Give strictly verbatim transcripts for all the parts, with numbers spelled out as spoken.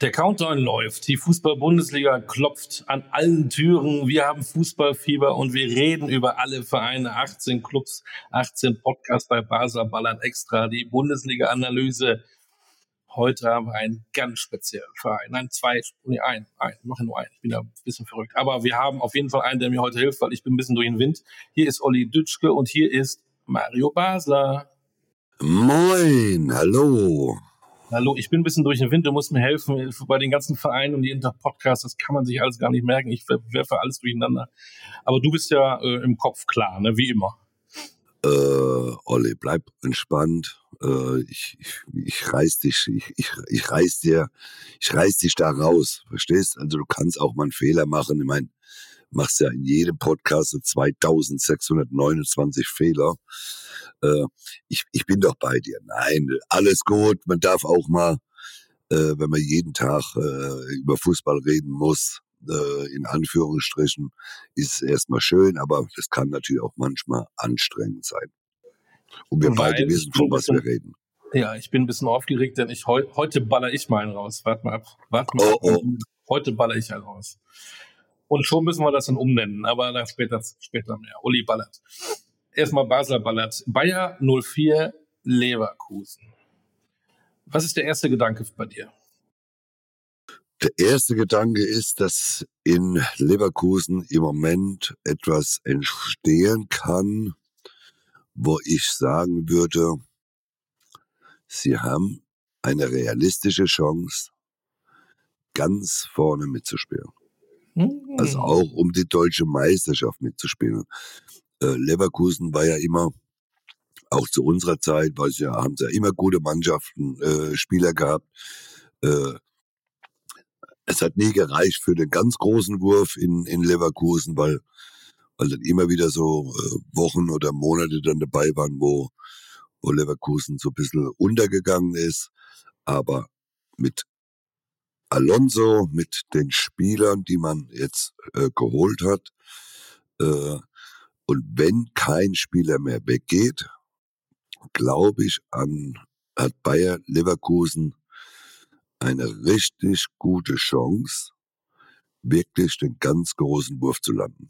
Der Countdown läuft. Die Fußball-Bundesliga klopft an allen Türen. Wir haben Fußballfieber und wir reden über alle Vereine. achtzehn Clubs, achtzehn Podcasts bei Basler Ballern extra. Die Bundesliga-Analyse. Heute haben wir einen ganz speziellen Verein. Nein, zwei, nee, ein, ein, ich mache nur einen. Ich bin da ein bisschen verrückt. Aber wir haben auf jeden Fall einen, der mir heute hilft, weil ich bin ein bisschen durch den Wind. Hier ist Olli Dütschke und hier ist Mario Basler. Moin, hallo. Hallo, ich bin ein bisschen durch den Wind, du musst mir helfen bei den ganzen Vereinen und jeden Tag Podcasts, das kann man sich alles gar nicht merken, ich werfe alles durcheinander. Aber du bist ja äh, im Kopf klar, ne, wie immer. Äh, Olli, bleib entspannt. Äh, ich, ich, ich reiß dich, ich, ich, ich reiß dir, ich reiß dich da raus, verstehst? Also du kannst auch mal einen Fehler machen. Ich meine, machst ja in jedem Podcast so zweitausendsechshundertneunundzwanzig Fehler. Äh, ich, ich bin doch bei dir. Nein, alles gut. Man darf auch mal, äh, wenn man jeden Tag äh, über Fußball reden muss, äh, in Anführungsstrichen, ist es erstmal schön, aber das kann natürlich auch manchmal anstrengend sein. Und wir Nein, beide wissen, von was wir reden. Ja, ich bin ein bisschen aufgeregt, denn ich heu, heute baller ich meinen raus. Warte mal ab. Warte mal Oh, ab. oh. Heute baller ich einen raus. Und schon müssen wir das dann umnennen, aber da später, später mehr. Uli ballert. Erstmal Basler ballert. Bayer null vier Leverkusen. Was ist der erste Gedanke bei dir? Der erste Gedanke ist, dass in Leverkusen im Moment etwas entstehen kann, wo ich sagen würde, sie haben eine realistische Chance, ganz vorne mitzuspielen. Hm. Also auch um die deutsche Meisterschaft mitzuspielen. Äh, Leverkusen war ja immer, auch zu unserer Zeit, weil sie ja, haben sie ja immer gute Mannschaften, äh, Spieler gehabt. Äh, es hat nie gereicht für den ganz großen Wurf in, in Leverkusen, weil, weil dann immer wieder so äh, Wochen oder Monate dann dabei waren, wo, wo Leverkusen so ein bisschen untergegangen ist. Aber mit Alonso, mit den Spielern, die man jetzt äh, geholt hat, äh, und wenn kein Spieler mehr weggeht, glaube ich, an hat Bayer Leverkusen eine richtig gute Chance, wirklich den ganz großen Wurf zu landen.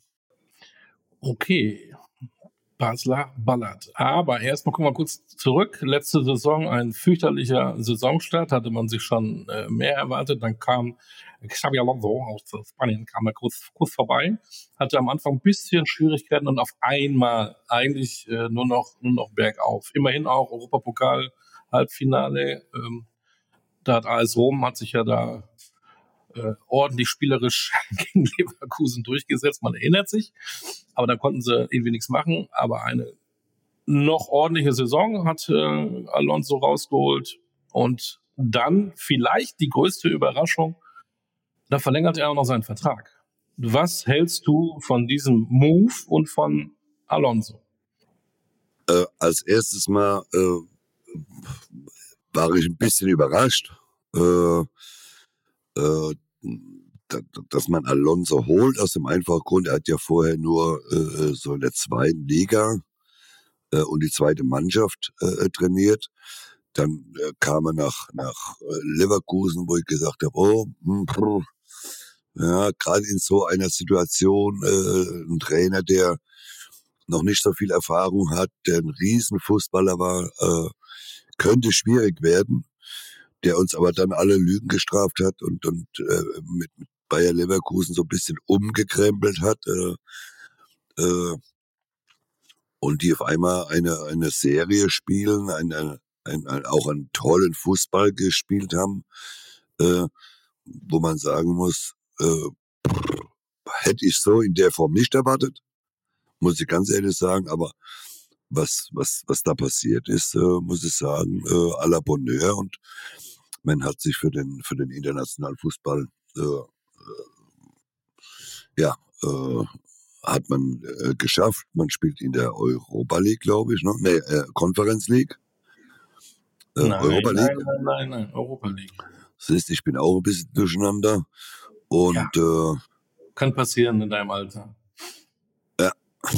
Okay, Basler ballert. Aber erstmal gucken wir kurz zurück. Letzte Saison ein fürchterlicher Saisonstart, hatte man sich schon äh, mehr erwartet. Dann kam Xabi Alonso aus Spanien, kam er kurz, kurz vorbei, hatte am Anfang ein bisschen Schwierigkeiten und auf einmal eigentlich äh, nur noch nur noch bergauf. Immerhin auch Europapokal Halbfinale. Ähm, da hat A S Rom hat sich ja da äh, ordentlich spielerisch gegen Leverkusen durchgesetzt. Man erinnert sich. Aber da konnten sie irgendwie nichts machen. Aber eine noch ordentliche Saison hat äh, Alonso rausgeholt. Und dann vielleicht die größte Überraschung, da verlängert er auch noch seinen Vertrag. Was hältst du von diesem Move und von Alonso? Äh, als erstes Mal äh, war ich ein bisschen überrascht, äh, äh, dass man Alonso holt, aus dem einfachen Grund, er hat ja vorher nur äh, so in der zweiten Liga äh, und die zweite Mannschaft äh, trainiert. Dann äh, kam er nach, nach Leverkusen, wo ich gesagt habe, oh, hm, pff, ja, gerade in so einer Situation, äh, ein Trainer, der noch nicht so viel Erfahrung hat, der ein Riesenfußballer war, äh, könnte schwierig werden, der uns aber dann alle Lügen gestraft hat und, und äh, mit, mit Bayer Leverkusen so ein bisschen umgekrempelt hat äh, äh, und die auf einmal eine, eine Serie spielen, eine, ein, ein, auch einen tollen Fußball gespielt haben, äh, wo man sagen muss, äh, hätte ich so in der Form nicht erwartet, muss ich ganz ehrlich sagen, aber was, was, was da passiert ist, äh, muss ich sagen, äh, à la Bonheur, und man hat sich für den, für den internationalen Fußball, äh, äh, ja, äh, hat man äh, geschafft. Man spielt in der Europa League, glaube ich, ne? Nee, äh, Conference League. Äh, Nein, Europa League. nein, nein, nein, nein, Europa League. Siehst, ich bin auch ein bisschen durcheinander. Und Ja. äh, Kann passieren in deinem Alter. ja.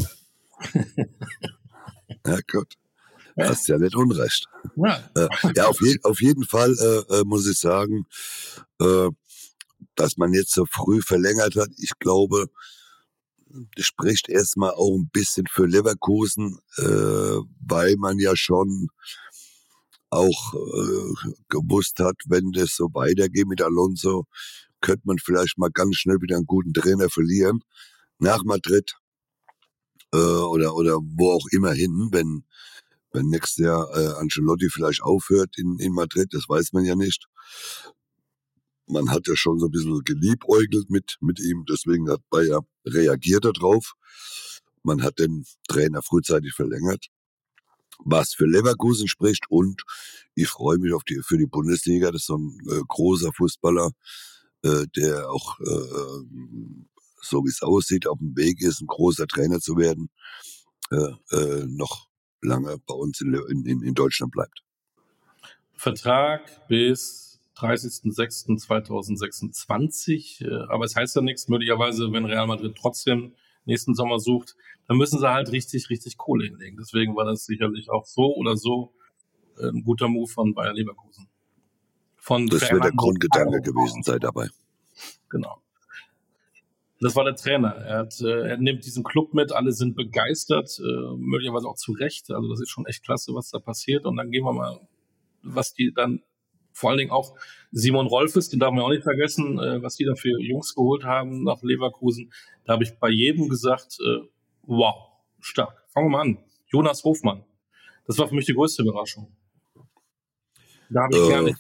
Ja, gut. Hast ja nicht Unrecht. Ja, Äh, ja, auf, je, auf jeden Fall äh, äh, muss ich sagen, Äh, dass man jetzt so früh verlängert hat, ich glaube, das spricht erstmal auch ein bisschen für Leverkusen, äh, weil man ja schon auch äh, gewusst hat, wenn das so weitergeht mit Alonso, könnte man vielleicht mal ganz schnell wieder einen guten Trainer verlieren. Nach Madrid äh, oder oder wo auch immer hin, wenn wenn nächstes Jahr äh, Ancelotti vielleicht aufhört in, in Madrid, das weiß man ja nicht. Man hat ja schon so ein bisschen geliebäugelt mit, mit ihm, deswegen hat Bayer reagiert darauf. Man hat den Trainer frühzeitig verlängert, was für Leverkusen spricht, und ich freue mich auf die, für die Bundesliga. Das ist so ein äh, großer Fußballer, äh, der auch, äh, so wie es aussieht, auf dem Weg ist, ein großer Trainer zu werden, äh, äh, noch lange bei uns in, in, in Deutschland bleibt. Vertrag bis dreißigsten sechsten zweitausendsechsundzwanzig, äh, aber es heißt ja nichts. Möglicherweise, wenn Real Madrid trotzdem nächsten Sommer sucht, dann müssen sie halt richtig, richtig Kohle hinlegen. Deswegen war das sicherlich auch so oder so äh, ein guter Move von Bayer Leverkusen. Von Das wird der Fernando Grundgedanke Hierro. gewesen sein dabei. Genau. Das war der Trainer. Er, hat, äh, er nimmt diesen Club mit, alle sind begeistert, äh, möglicherweise auch zu Recht. Also das ist schon echt klasse, was da passiert. Und dann gehen wir mal, was die dann, vor allen Dingen auch Simon Rolfes, den darf man auch nicht vergessen, äh, was die da für Jungs geholt haben nach Leverkusen. Da habe ich bei jedem gesagt, äh, wow, stark. Fangen wir mal an. Jonas Hofmann. Das war für mich die größte Überraschung. Da habe ich Äh, gar nicht.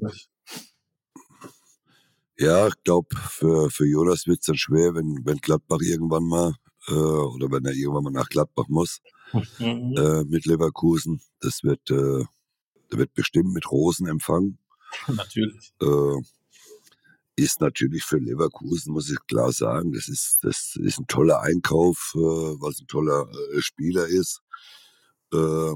Ja, ich glaube, für, für Jonas wird es dann schwer, wenn, wenn Gladbach irgendwann mal, äh, oder wenn er irgendwann mal nach Gladbach muss, Mhm. äh, mit Leverkusen. Das wird, äh, der wird bestimmt mit Rosen empfangen. Natürlich. Äh, ist natürlich für Leverkusen, muss ich klar sagen, das ist, das ist ein toller Einkauf, äh, was ein toller äh, Spieler ist. Äh,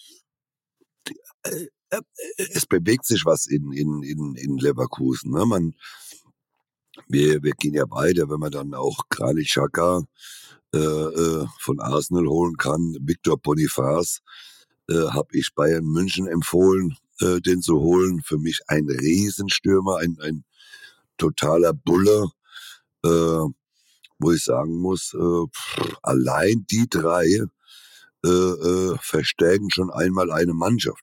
äh, äh, es bewegt sich was in, in, in, in Leverkusen. Ne? Man, wir, wir gehen ja weiter, wenn man dann auch Granit Xhaka äh, äh, von Arsenal holen kann. Victor Boniface äh, habe ich Bayern München empfohlen, äh, den zu holen. Für mich ein Riesenstürmer, ein, ein totaler Bulle, äh, wo ich sagen muss, äh, pff, allein die drei äh, äh, verstärken schon einmal eine Mannschaft.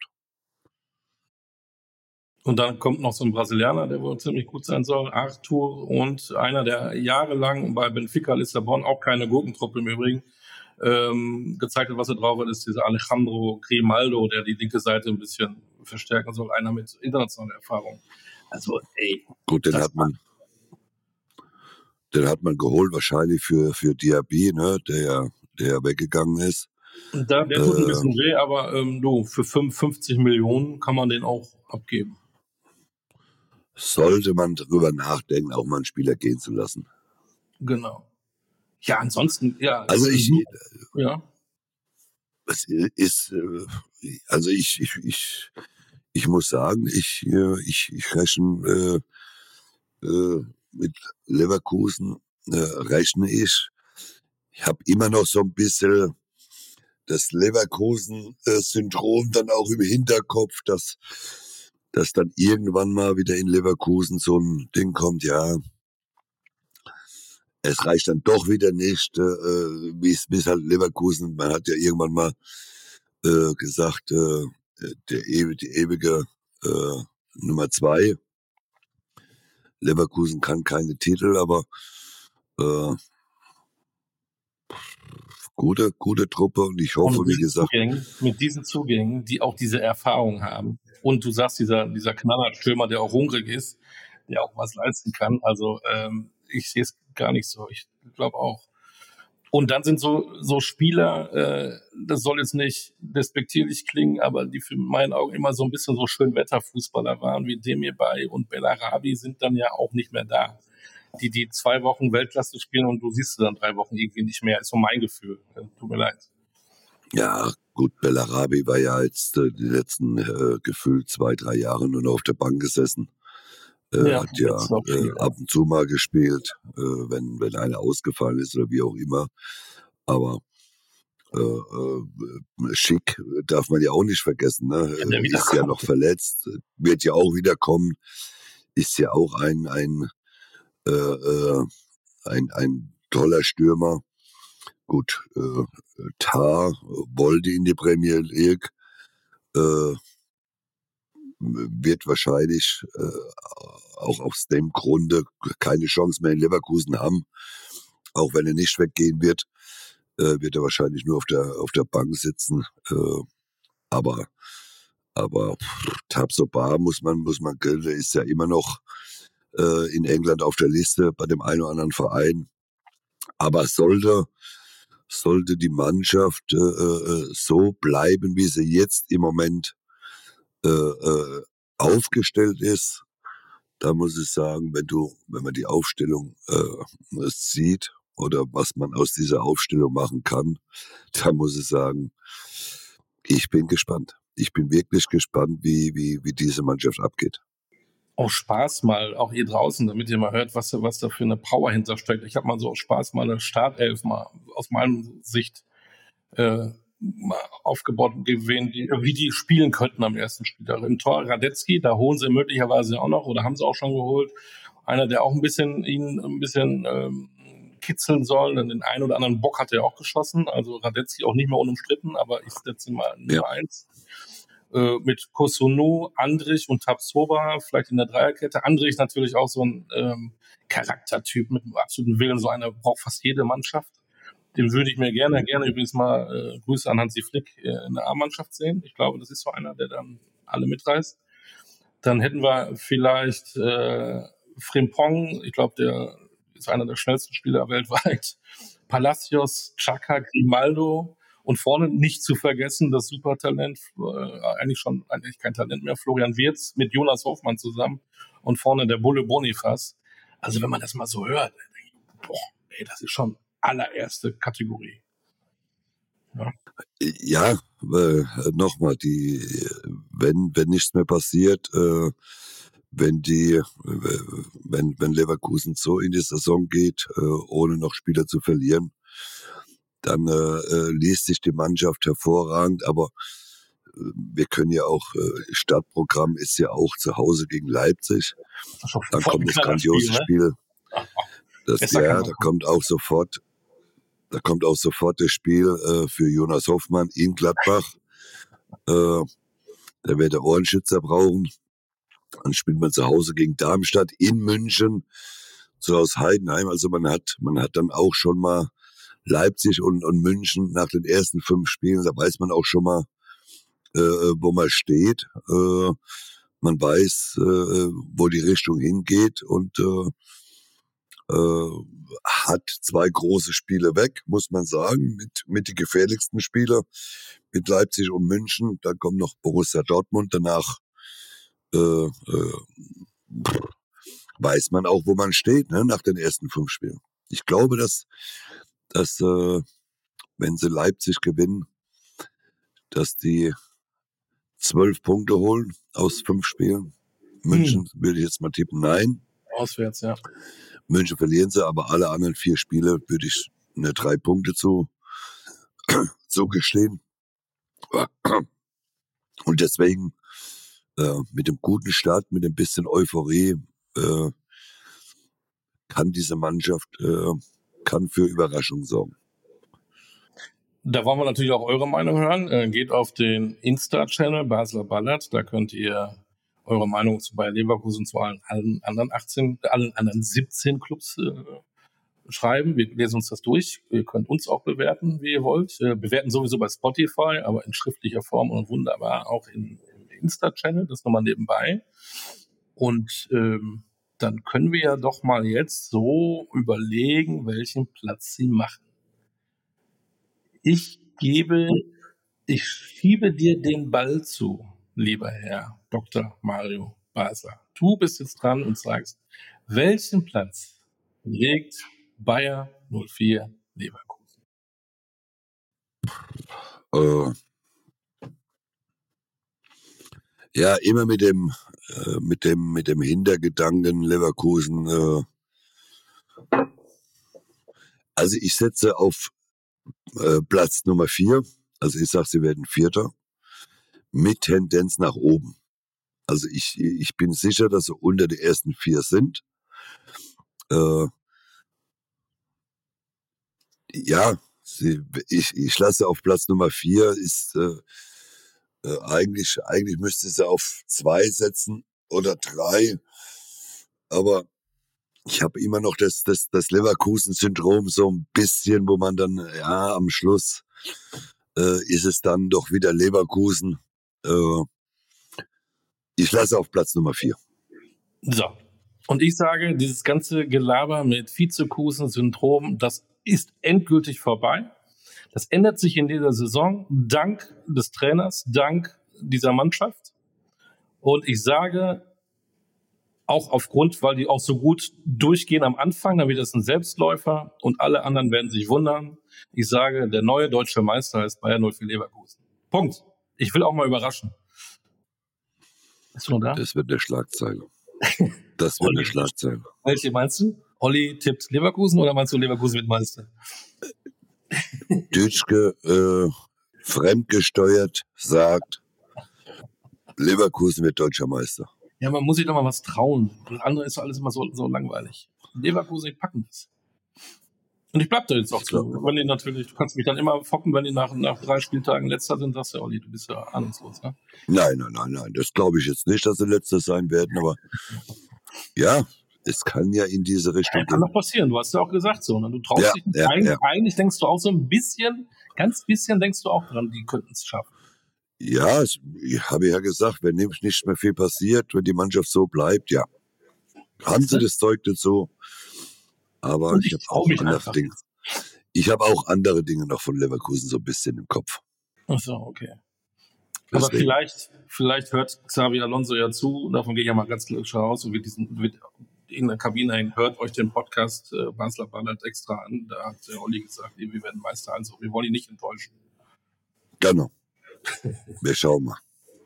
Und dann kommt noch so ein Brasilianer, der wohl ziemlich gut sein soll, Arthur, und einer, der jahrelang bei Benfica Lissabon, auch keine Gurkentruppe im Übrigen, ähm, gezeigt hat, was er drauf hat, ist dieser Alejandro Grimaldo, der die linke Seite ein bisschen verstärken soll, einer mit internationaler Erfahrung. Also, ey. Gut, den hat man, den hat man geholt wahrscheinlich für, für Diaby, ne, der, der weggegangen ist. Da, der tut ein bisschen weh, aber ähm, du, für fünfundfünfzig Millionen kann man den auch abgeben. Sollte man drüber nachdenken, auch mal einen Spieler gehen zu lassen. Genau. Ja, ansonsten, ja. Also ich, ja. Es ist, also ich, ich, ich, ich muss sagen, ich, ich, ich rechne äh, äh, mit Leverkusen, äh, rechne ich. Ich habe immer noch so ein bisschen das Leverkusen-Syndrom dann auch im Hinterkopf, dass, dass dann irgendwann mal wieder in Leverkusen so ein Ding kommt, ja, es reicht dann doch wieder nicht, äh, wie es halt Leverkusen, man hat ja irgendwann mal äh, gesagt, äh, der die ewige äh, Nummer zwei. Leverkusen kann keine Titel, aber äh, gute, gute Truppe, und ich hoffe, und wie gesagt. Zugängen, mit diesen Zugängen, die auch diese Erfahrung haben. Und du sagst, dieser, dieser Knallerstürmer, der auch hungrig ist, der auch was leisten kann. Also ähm, ich sehe es gar nicht so. Ich glaube auch. Und dann sind so, so Spieler, äh, das soll jetzt nicht despektierlich klingen, aber die für meinen Augen immer so ein bisschen so Schönwetterfußballer waren, wie Demirbay und Bellarabi, sind dann ja auch nicht mehr da. Die, die zwei Wochen Weltklasse spielen und du siehst sie dann drei Wochen irgendwie nicht mehr. Ist so mein Gefühl. Tut mir leid. Ja, gut, Bellarabi war ja jetzt äh, die letzten äh, gefühlt zwei, drei Jahre nur noch auf der Bank gesessen. Äh, ja, hat ja äh, ab und zu mal gespielt, äh, wenn, wenn einer ausgefallen ist oder wie auch immer. Aber äh, äh, Schick darf man ja auch nicht vergessen. Ne? Ja, ist ja noch verletzt, wird ja auch wieder kommen. ist ja auch ein, ein, äh, äh, ein, ein toller Stürmer. Gut, äh, Tar wollte in die Premier League, äh, wird wahrscheinlich äh, auch aus dem Grunde keine Chance mehr in Leverkusen haben. Auch wenn er nicht weggehen wird, äh, wird er wahrscheinlich nur auf der, auf der Bank sitzen. Äh, aber aber Tabsoba muss man, muss man, der ist ja immer noch äh, in England auf der Liste bei dem einen oder anderen Verein. Aber sollte, sollte die Mannschaft äh, äh, so bleiben, wie sie jetzt im Moment äh, äh, aufgestellt ist, da muss ich sagen, wenn du, wenn man die Aufstellung äh, sieht oder was man aus dieser Aufstellung machen kann, da muss ich sagen, ich bin gespannt. Ich bin wirklich gespannt, wie, wie, wie diese Mannschaft abgeht. Auch Spaß mal, auch ihr draußen, damit ihr mal hört, was, was da für eine Power hintersteckt. Ich habe mal so aus Spaß mal eine Startelf mal aus meiner Sicht äh, mal aufgebaut gesehen, die, wie die spielen könnten am ersten Spieltag. Im Tor Radetzky, da holen sie möglicherweise auch noch oder haben sie auch schon geholt. Einer, der auch ein bisschen ihn ein bisschen ähm, kitzeln soll. Denn den einen oder anderen Bock hat er auch geschossen. Also Radetzky auch nicht mehr unumstritten, aber ich setze ihn mal Nummer Ja. eins. Äh, mit Kosono, Andrich und Tabsoba, vielleicht in der Dreierkette. Andrich natürlich auch so ein ähm, Charaktertyp mit einem absoluten Willen. So einer braucht fast jede Mannschaft. Den würde ich mir gerne, gerne übrigens mal äh, Grüße an Hansi Flick äh, in der A-Mannschaft sehen. Ich glaube, das ist so einer, der dann alle mitreißt. Dann hätten wir vielleicht äh, Frimpong, ich glaube, der ist einer der schnellsten Spieler weltweit. Palacios, Chaka, Grimaldo und vorne nicht zu vergessen das Supertalent, äh, eigentlich schon eigentlich kein Talent mehr, Florian Wirtz mit Jonas Hofmann zusammen und vorne der Bulle Boniface. Also wenn man das mal so hört, boah, ey, das ist schon allererste Kategorie. Ja. Ja, äh, nochmal, die, wenn, wenn nichts mehr passiert, äh, wenn die, äh, wenn, wenn Leverkusen so in die Saison geht, äh, ohne noch Spieler zu verlieren, dann äh, liest sich die Mannschaft hervorragend, aber äh, wir können ja auch, äh, Startprogramm ist ja auch zu Hause gegen Leipzig. Dann kommt das grandiose Spiel. Ne? Das, ja, da kommt auch sofort, da kommt auch sofort das Spiel äh, für Jonas Hofmann in Gladbach. Äh, der wird der Ohrenschützer brauchen. Dann spielt man zu Hause gegen Darmstadt in München, so aus Heidenheim. Also man hat, man hat dann auch schon mal Leipzig und, und München nach den ersten fünf Spielen. Da weiß man auch schon mal, äh, wo man steht. Äh, man weiß, äh, wo die Richtung hingeht und äh, äh, hat zwei große Spiele weg, muss man sagen, mit, mit die gefährlichsten Spieler, mit Leipzig und München. Dann kommt noch Borussia Dortmund, danach äh, äh, weiß man auch, wo man steht, ne, nach den ersten fünf Spielen. Ich glaube, dass, dass äh, wenn sie Leipzig gewinnen, dass die zwölf Punkte holen aus fünf Spielen. München hm. würde ich jetzt mal tippen, nein. Auswärts, ja. München verlieren sie, aber alle anderen vier Spiele würde ich eine drei Punkte zu zugestehen. Und deswegen äh, mit dem guten Start, mit ein bisschen Euphorie, äh, kann diese Mannschaft äh, kann für Überraschung sorgen. Da wollen wir natürlich auch eure Meinung hören. Äh, geht auf den Insta-Channel Basler Ballert, da könnt ihr eure Meinung zu Bayer Leverkusen, zu allen, allen anderen achtzehn, allen anderen siebzehn Clubs äh, schreiben. Wir lesen uns das durch. Ihr könnt uns auch bewerten, wie ihr wollt. Äh, bewerten sowieso bei Spotify, aber in schriftlicher Form und wunderbar auch in, im Insta-Channel. Das nochmal nebenbei. Und ähm, dann können wir ja doch mal jetzt so überlegen, welchen Platz sie machen. Ich gebe, ich schiebe dir den Ball zu, lieber Herr Doktor Mario Basler. Du bist jetzt dran und sagst, welchen Platz legt Bayer null vier Leverkusen? Äh, ja, immer mit dem, äh, mit dem, mit dem Hintergedanken Leverkusen. Äh, also ich setze auf äh, Platz Nummer vier. Also ich sage, sie werden Vierter mit Tendenz nach oben. Also ich, ich bin sicher, dass sie unter die ersten vier sind. Äh, ja, sie, ich, ich lasse auf Platz Nummer vier ist äh, äh, eigentlich, eigentlich müsste sie auf zwei setzen oder drei. Aber ich habe immer noch das, das, das Leverkusen-Syndrom so ein bisschen, wo man dann, ja, am Schluss äh, ist es dann doch wieder Leverkusen. Äh, ich lasse auf Platz Nummer vier. So. Und ich sage, dieses ganze Gelaber mit Vizekusen-Syndrom, das ist endgültig vorbei. Das ändert sich in dieser Saison dank des Trainers, dank dieser Mannschaft. Und ich sage, auch aufgrund, weil die auch so gut durchgehen am Anfang, dann wird das ein Selbstläufer und alle anderen werden sich wundern. Ich sage, der neue deutsche Meister heißt Bayer null vier Leverkusen. Punkt. Ich will auch mal überraschen. Bist du noch da? Das wird eine Schlagzeile. Das wird eine Schlagzeile. Welche meinst du? Olli tippt Leverkusen oder meinst du Leverkusen wird Meister? Dütschke, äh, fremdgesteuert, sagt, Leverkusen wird deutscher Meister. Ja, man muss sich doch mal was trauen. Das andere ist doch alles immer so, so langweilig. Leverkusen, die packen das. Und ich bleib da jetzt auch zu. Wenn die natürlich, du kannst mich dann immer focken, wenn die nach, nach drei Spieltagen letzter sind, sagst du, Olli, du bist ja ahnungslos, ne? Nein, nein, nein, nein. Das glaube ich jetzt nicht, dass sie letzter sein werden, aber ja, es kann ja in diese Richtung ja, kann gehen. doch passieren, du hast ja auch gesagt so. Ne? Du traust ja, dich nicht. Ja, eigentlich, ja. eigentlich denkst du auch so ein bisschen, ganz bisschen denkst du auch dran, die könnten es schaffen. Ja, ich habe ja gesagt, wenn nämlich nicht mehr viel passiert, wenn die Mannschaft so bleibt, ja, haben sie das Zeug dazu. Aber Und ich, ich ich habe auch andere einfach. Dinge. Ich habe auch andere Dinge noch von Leverkusen so ein bisschen im Kopf. Ach so, okay. Deswegen. Aber vielleicht, vielleicht hört Xabi Alonso ja zu, und davon gehe ich ja mal ganz klar aus, und wird diesen, wird in der Kabine hängen, hört euch den Podcast äh, Basler Ballert extra an. Da hat der Olli gesagt, wir werden Meister, also wir wollen ihn nicht enttäuschen. Genau. Wir schauen mal.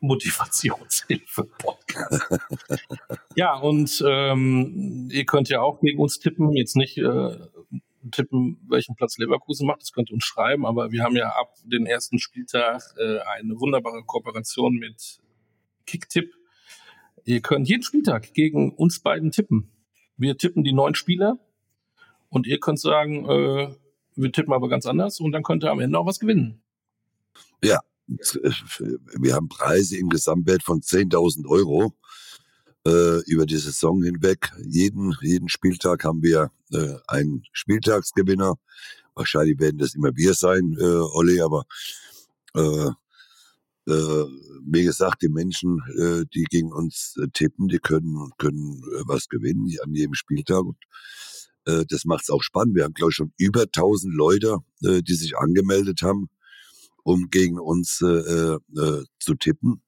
Motivationshilfe-Podcast. Ja, und ähm, ihr könnt ja auch gegen uns tippen, jetzt nicht äh, tippen, welchen Platz Leverkusen macht, das könnt ihr uns schreiben, aber wir haben ja ab dem ersten Spieltag äh, eine wunderbare Kooperation mit Kicktipp. Ihr könnt jeden Spieltag gegen uns beiden tippen. Wir tippen die neun Spieler und ihr könnt sagen, äh, wir tippen aber ganz anders und dann könnt ihr am Ende auch was gewinnen. Ja, wir haben Preise im Gesamtwert von zehntausend Euro äh, über die Saison hinweg. Jeden, jeden Spieltag haben wir äh, einen Spieltagsgewinner. Wahrscheinlich werden das immer wir sein, äh, Olli, aber äh, äh, wie gesagt, die Menschen, äh, die gegen uns äh, tippen, die können, können äh, was gewinnen an jedem Spieltag. Und äh, das macht es auch spannend. Wir haben, glaube ich, schon über tausend Leute, äh, die sich angemeldet haben, um gegen uns äh, äh, zu tippen.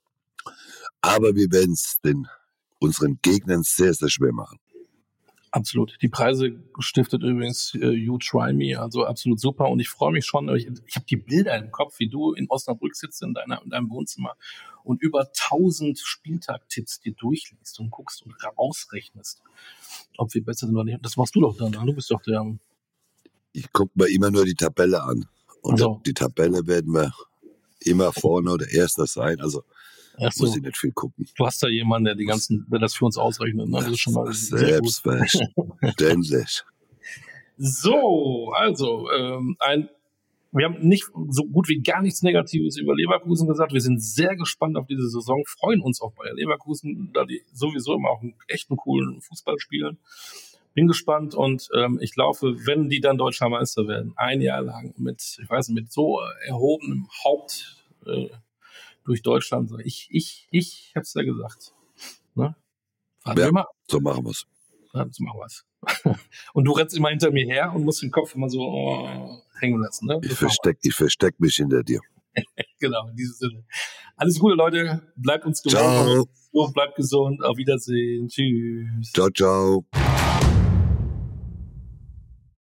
Aber wir werden es den unseren Gegnern sehr, sehr schwer machen. Absolut. Die Preise stiftet übrigens äh, You Try Me, also absolut super. Und ich freue mich schon, ich, ich habe die Bilder im Kopf, wie du in Osnabrück sitzt in, deiner, in deinem Wohnzimmer und über tausend Spieltagtipps dir durchliest und guckst und ausrechnest, ob wir besser sind oder nicht. Das machst du doch dann, du bist doch der... Ich gucke mir immer nur die Tabelle an. Und Also, die Tabelle werden wir immer vorne oder Erster sein. Also so. muss ich nicht viel gucken. Du hast da jemanden, der die ganzen, der das für uns ausrechnet. Ne? Das ist schon mal selbstverständlich. So, also ähm, ein, wir haben nicht so gut wie gar nichts Negatives über Leverkusen gesagt. Wir sind sehr gespannt auf diese Saison, freuen uns auf Bayer Leverkusen, da die sowieso immer auch einen echten coolen Fußball spielen. Bin gespannt und ähm, ich laufe, wenn die dann Deutscher Meister werden, ein Jahr lang mit, ich weiß nicht, mit so erhobenem Haupt äh, durch Deutschland. Ich, ich, ich hab's ja gesagt. Ne? Warten ja, wir mal. So machen wir's. Ja, so machen wir's. Und du rennst immer hinter mir her und musst den Kopf immer so oh, hängen lassen. Ne? Ich versteck, ich versteck mich hinter dir. Genau, in diesem Sinne. Alles Gute, Leute. Bleibt uns gewogen. Bleibt gesund. Auf Wiedersehen. Tschüss. Ciao, ciao.